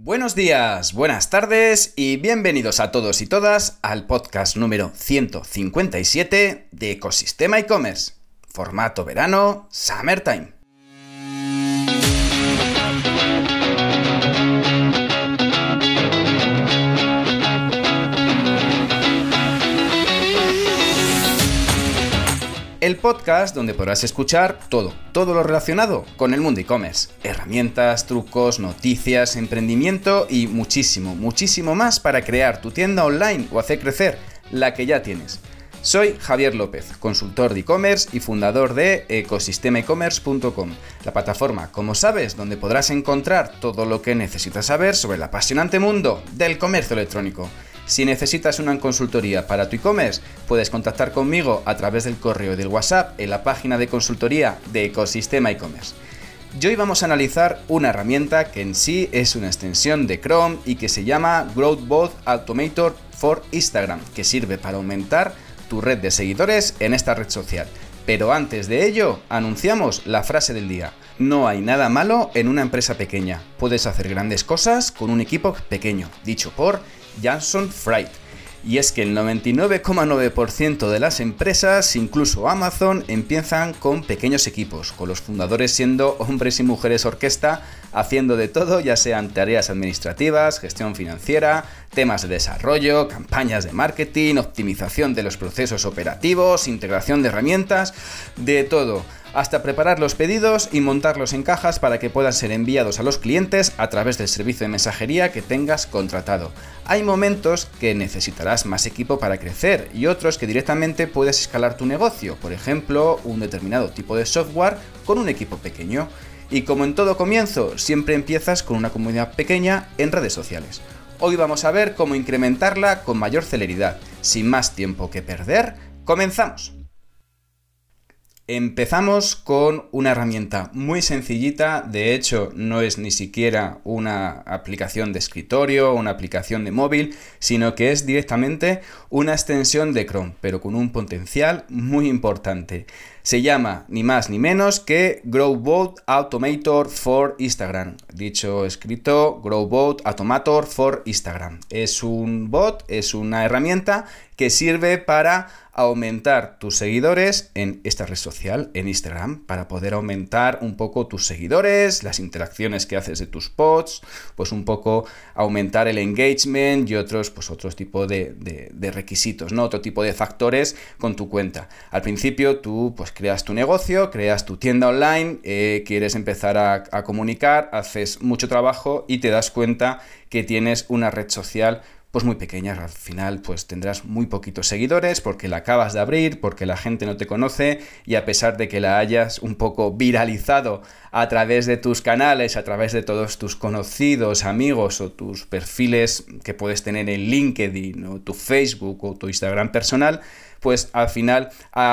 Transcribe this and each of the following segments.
Buenos días, buenas tardes y bienvenidos a todos y todas al podcast número 157 de Ecosistema e-commerce, formato verano, Summertime. El podcast donde podrás escuchar todo lo relacionado con el mundo e-commerce. Herramientas, trucos, noticias, emprendimiento y muchísimo más para crear tu tienda online o hacer crecer la que ya tienes. Soy Javier López, consultor de e-commerce y fundador de ecosistemaecommerce.com, la plataforma, como sabes, donde podrás encontrar todo lo que necesitas saber sobre el apasionante mundo del comercio electrónico. Si necesitas una consultoría para tu e-commerce, puedes contactar conmigo a través del correo y del WhatsApp en la página de consultoría de Ecosistema e-commerce. Y hoy vamos a analizar una herramienta que en sí es una extensión de Chrome y que se llama Growthbot Automator for Instagram, que sirve para aumentar tu red de seguidores en esta red social. Pero antes de ello, anunciamos la frase del día. No hay nada malo en una empresa pequeña. Puedes hacer grandes cosas con un equipo pequeño, dicho por Jason Fried. Y es que el 99,9% de las empresas, incluso Amazon, empiezan con pequeños equipos, con los fundadores siendo hombres y mujeres orquesta, haciendo de todo, ya sean tareas administrativas, gestión financiera, temas de desarrollo, campañas de marketing, optimización de los procesos operativos, integración de herramientas, de todo, hasta preparar los pedidos y montarlos en cajas para que puedan ser enviados a los clientes a través del servicio de mensajería que tengas contratado. Hay momentos que necesitarás más equipo para crecer y otros que directamente puedes escalar tu negocio, por ejemplo, un determinado tipo de software con un equipo pequeño. Y como en todo comienzo, siempre empiezas con una comunidad pequeña en redes sociales. Hoy vamos a ver cómo incrementarla con mayor celeridad. Sin más tiempo que perder, ¡comenzamos! Empezamos con una herramienta muy sencillita, de hecho no es ni siquiera una aplicación de escritorio o una aplicación de móvil, sino que es directamente una extensión de Chrome, pero con un potencial muy importante. Se llama ni más ni menos que Growthbot Automator for Instagram. Dicho escrito, Growthbot Automator for Instagram. Es un bot, es una herramienta que sirve para aumentar tus seguidores en esta red social, en Instagram, para poder aumentar un poco tus seguidores, las interacciones que haces de tus posts, pues un poco aumentar el engagement y otros tipo de requisitos, ¿no? Otro tipo de factores con tu cuenta. Al principio tú pues creas tu negocio, creas tu tienda online, quieres empezar a comunicar, haces mucho trabajo y te das cuenta que tienes una red social pues muy pequeña. Al final pues tendrás muy poquitos seguidores porque la acabas de abrir, porque la gente no te conoce y a pesar de que la hayas un poco viralizado a través de tus canales, a través de todos tus conocidos, amigos o tus perfiles que puedes tener en LinkedIn o tu Facebook o tu Instagram personal, pues al final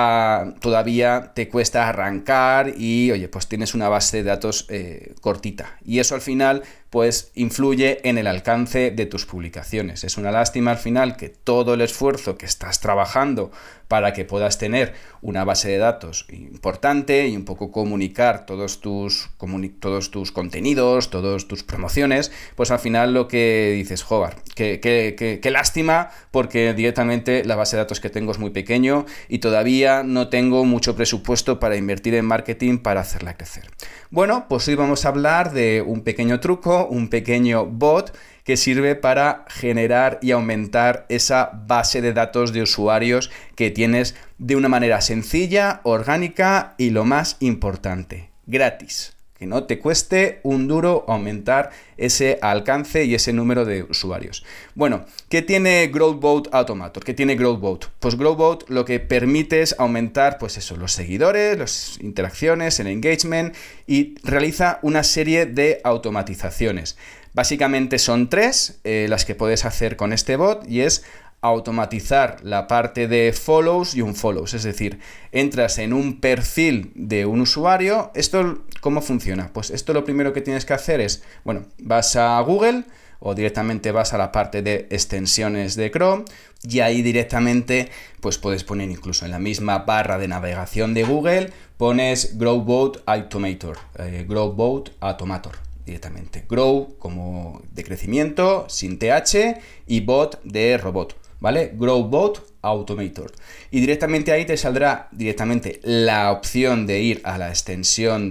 todavía te cuesta arrancar y oye, pues tienes una base de datos cortita y eso al final pues influye en el alcance de tus publicaciones. Es una lástima al final que todo el esfuerzo que estás trabajando para que puedas tener una base de datos importante y un poco comunicar todos tus contenidos, todas tus promociones, pues al final lo que dices, joder, qué lástima porque directamente la base de datos que tengo es muy pequeño y todavía no tengo mucho presupuesto para invertir en marketing para hacerla crecer. Bueno, pues hoy vamos a hablar de un pequeño truco, un pequeño bot que sirve para generar y aumentar esa base de datos de usuarios que tienes de una manera sencilla, orgánica y lo más importante, gratis. Que no te cueste un duro aumentar ese alcance y ese número de usuarios. Bueno, ¿qué tiene Growthbot Automator? ¿Qué tiene Growthbot? Pues Growthbot lo que permite es aumentar, pues eso, los seguidores, las interacciones, el engagement y realiza una serie de automatizaciones. Básicamente son tres las que puedes hacer con este bot y es automatizar la parte de follows y unfollows, es decir, entras en un perfil de un usuario. ¿Esto cómo funciona? Pues esto lo primero que tienes que hacer es, bueno, vas a Google o directamente vas a la parte de extensiones de Chrome y ahí directamente pues puedes poner incluso en la misma barra de navegación de Google, pones Growthbot Automator, Growthbot Automator. directamente. Grow como de crecimiento, sin TH, y bot de robot, ¿vale? Grow Bot Automator. Y directamente ahí te saldrá directamente la opción de ir a la extensión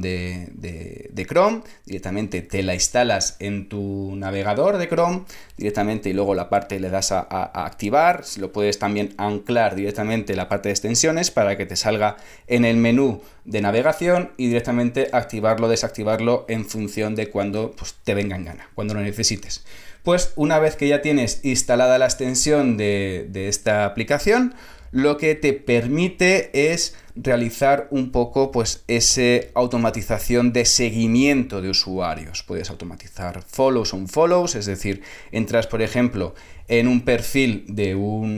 de Chrome. Directamente te la instalas en tu navegador de Chrome directamente, y luego la parte le das a activar. Lo puedes también anclar directamente la parte de extensiones para que te salga en el menú de navegación, y directamente activarlo o desactivarlo en función de cuando pues, te venga en gana, cuando lo necesites. Pues una vez que ya tienes instalada la extensión de esta aplicación, lo que te permite es realizar un poco pues esa automatización de seguimiento de usuarios. Puedes automatizar follows o unfollows, es decir, entras por ejemplo en un perfil de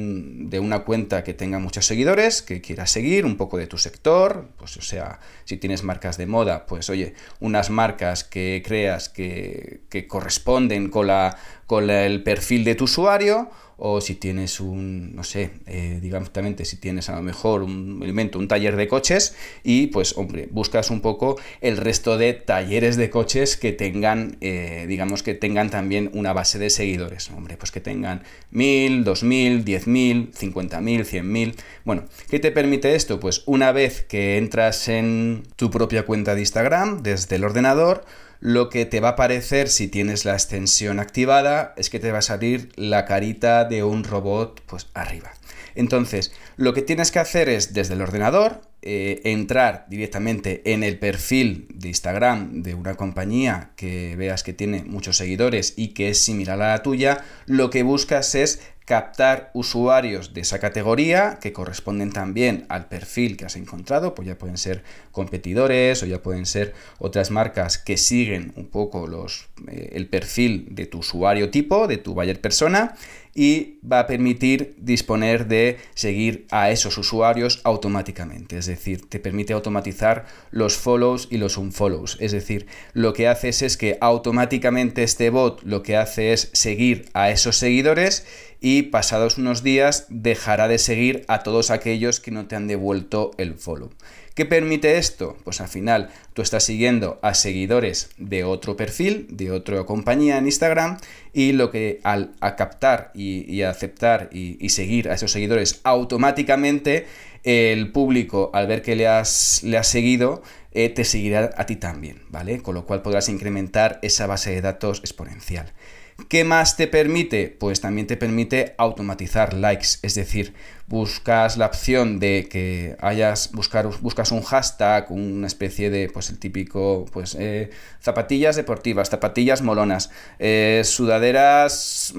una cuenta que tenga muchos seguidores, que quieras seguir, un poco de tu sector, pues o sea, si tienes marcas de moda, pues oye, unas marcas que creas que corresponden con el perfil de tu usuario. O si tienes no sé, digamos, si tienes a lo mejor un taller de coches, y pues, hombre, buscas un poco el resto de talleres de coches que tengan, digamos, que tengan también una base de seguidores. Hombre, pues que tengan 1000, 2000, 10.000, 50.000, 100.000. Bueno, ¿qué te permite esto? Pues una vez que entras en tu propia cuenta de Instagram desde el ordenador, lo que te va a aparecer si tienes la extensión activada es que te va a salir la carita de un robot pues arriba. Entonces, lo que tienes que hacer es desde el ordenador entrar directamente en el perfil de Instagram de una compañía que veas que tiene muchos seguidores y que es similar a la tuya. Lo que buscas es captar usuarios de esa categoría que corresponden también al perfil que has encontrado, pues ya pueden ser competidores o ya pueden ser otras marcas que siguen un poco el perfil de tu usuario tipo, de tu buyer persona, y va a permitir disponer de seguir a esos usuarios automáticamente. Es decir, te permite automatizar los follows y los unfollows. Es decir, lo que haces es que automáticamente este bot lo que hace es seguir a esos seguidores, y pasados unos días dejará de seguir a todos aquellos que no te han devuelto el follow. ¿Qué permite esto? Pues al final tú estás siguiendo a seguidores de otro perfil, de otra compañía en Instagram, y lo que al captar y aceptar y seguir a esos seguidores automáticamente, el público, al ver que le has seguido, te seguirá a ti también, ¿vale? Con lo cual podrás incrementar esa base de datos exponencial. ¿Qué más te permite? Pues también te permite automatizar likes, es decir, buscas la opción de que buscas un hashtag, una especie de, pues el típico, pues zapatillas deportivas, zapatillas molonas, sudaderas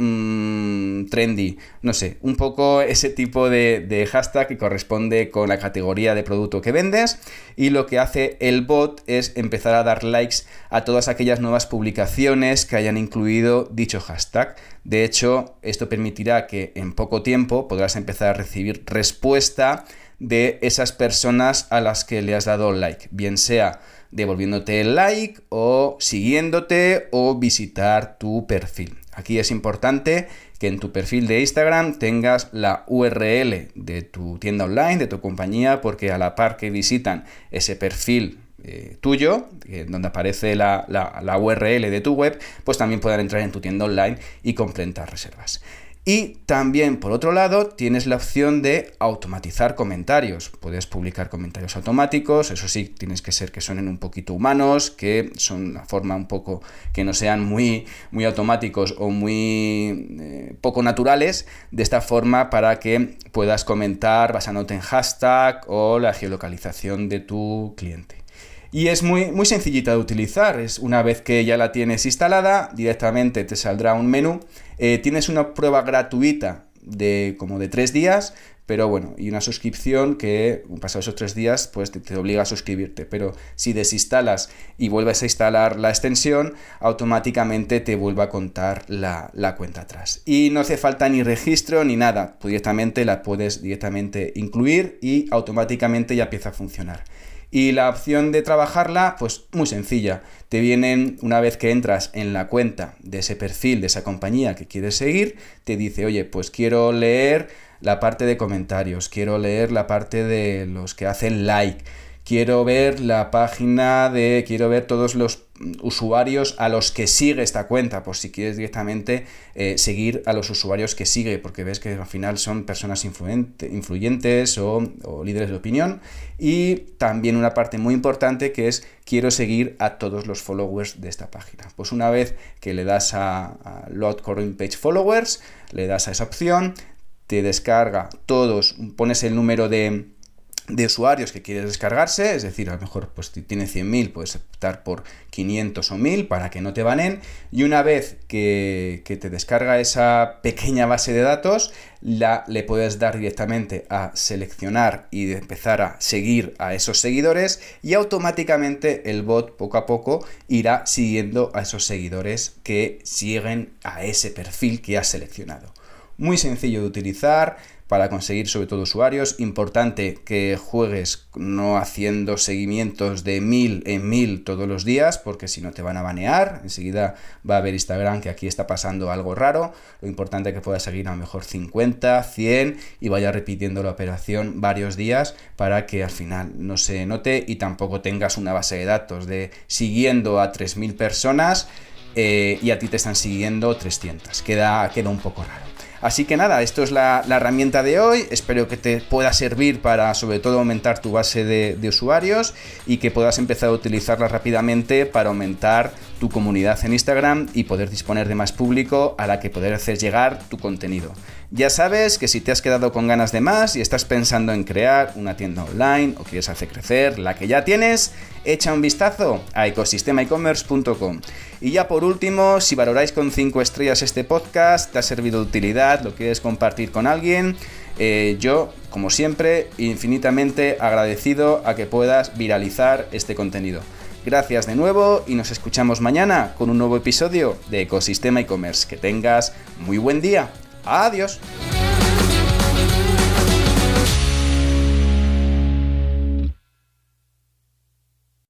trendy, no sé, un poco ese tipo de hashtag que corresponde con la categoría de producto que vendes, y lo que hace el bot es empezar a dar likes a todas aquellas nuevas publicaciones que hayan incluido dicho hashtag. De hecho, esto permitirá que en poco tiempo podrás empezar a recibir respuesta de esas personas a las que le has dado like, bien sea devolviéndote el like o siguiéndote o visitar tu perfil. Aquí es importante que en tu perfil de Instagram tengas la URL de tu tienda online, de tu compañía, porque a la par que visitan ese perfil tuyo, donde aparece la URL de tu web, pues también puedan entrar en tu tienda online y completar reservas. Y también, por otro lado, tienes la opción de automatizar comentarios. Puedes publicar comentarios automáticos, eso sí, tienes que ser que suenen un poquito humanos, que son una forma un poco que no sean muy automáticos o muy poco naturales, de esta forma para que puedas comentar basándote en hashtag o la geolocalización de tu cliente. Y es muy sencillita de utilizar. Una vez que ya la tienes instalada, directamente te saldrá un menú. Tienes una prueba gratuita como de 3 días, pero bueno, y una suscripción que pasados esos 3 días pues te obliga a suscribirte. Pero si desinstalas y vuelves a instalar la extensión, automáticamente te vuelve a contar la cuenta atrás. Y no hace falta ni registro ni nada. Tú directamente la puedes incluir y automáticamente ya empieza a funcionar. Y la opción de trabajarla, pues muy sencilla. Te vienen, una vez que entras en la cuenta de ese perfil, de esa compañía que quieres seguir, te dice, oye, pues quiero leer la parte de comentarios, quiero leer la parte de los que hacen like, quiero ver quiero ver todos los usuarios a los que sigue esta cuenta, por si quieres directamente seguir a los usuarios que sigue, porque ves que al final son personas influyentes o líderes de opinión. Y también una parte muy importante que es quiero seguir a todos los followers de esta página. Pues una vez que le das a Load Current Page Followers, le das a esa opción, te descarga todos, pones el número de usuarios que quieres descargarse, es decir, a lo mejor pues si tienes 100.000, puedes optar por 500 o 1000 para que no te banen, y una vez que te descarga esa pequeña base de datos, le puedes dar directamente a seleccionar y empezar a seguir a esos seguidores, y automáticamente el bot poco a poco irá siguiendo a esos seguidores que siguen a ese perfil que has seleccionado. Muy sencillo de utilizar para conseguir sobre todo usuarios. Importante que juegues no haciendo seguimientos de 1000 en 1000 todos los días, porque si no te van a banear. Enseguida va a ver Instagram que aquí está pasando algo raro. Lo importante es que puedas seguir a lo mejor 50, 100 y vaya repitiendo la operación varios días para que al final no se note y tampoco tengas una base de datos de siguiendo a 3000 personas y a ti te están siguiendo 300. Queda un poco raro. Así que nada, esto es la herramienta de hoy. Espero que te pueda servir para sobre todo aumentar tu base de usuarios y que puedas empezar a utilizarla rápidamente para aumentar tu comunidad en Instagram y poder disponer de más público a la que poder hacer llegar tu contenido. Ya sabes que si te has quedado con ganas de más y estás pensando en crear una tienda online o quieres hacer crecer la que ya tienes, echa un vistazo a ecosistemaecommerce.com. Y ya por último, si valoráis con 5 estrellas este podcast, te ha servido de utilidad, lo quieres compartir con alguien, yo, como siempre, infinitamente agradecido a que puedas viralizar este contenido. Gracias de nuevo y nos escuchamos mañana con un nuevo episodio de Ecosistema e-commerce. Que tengas muy buen día. Adiós.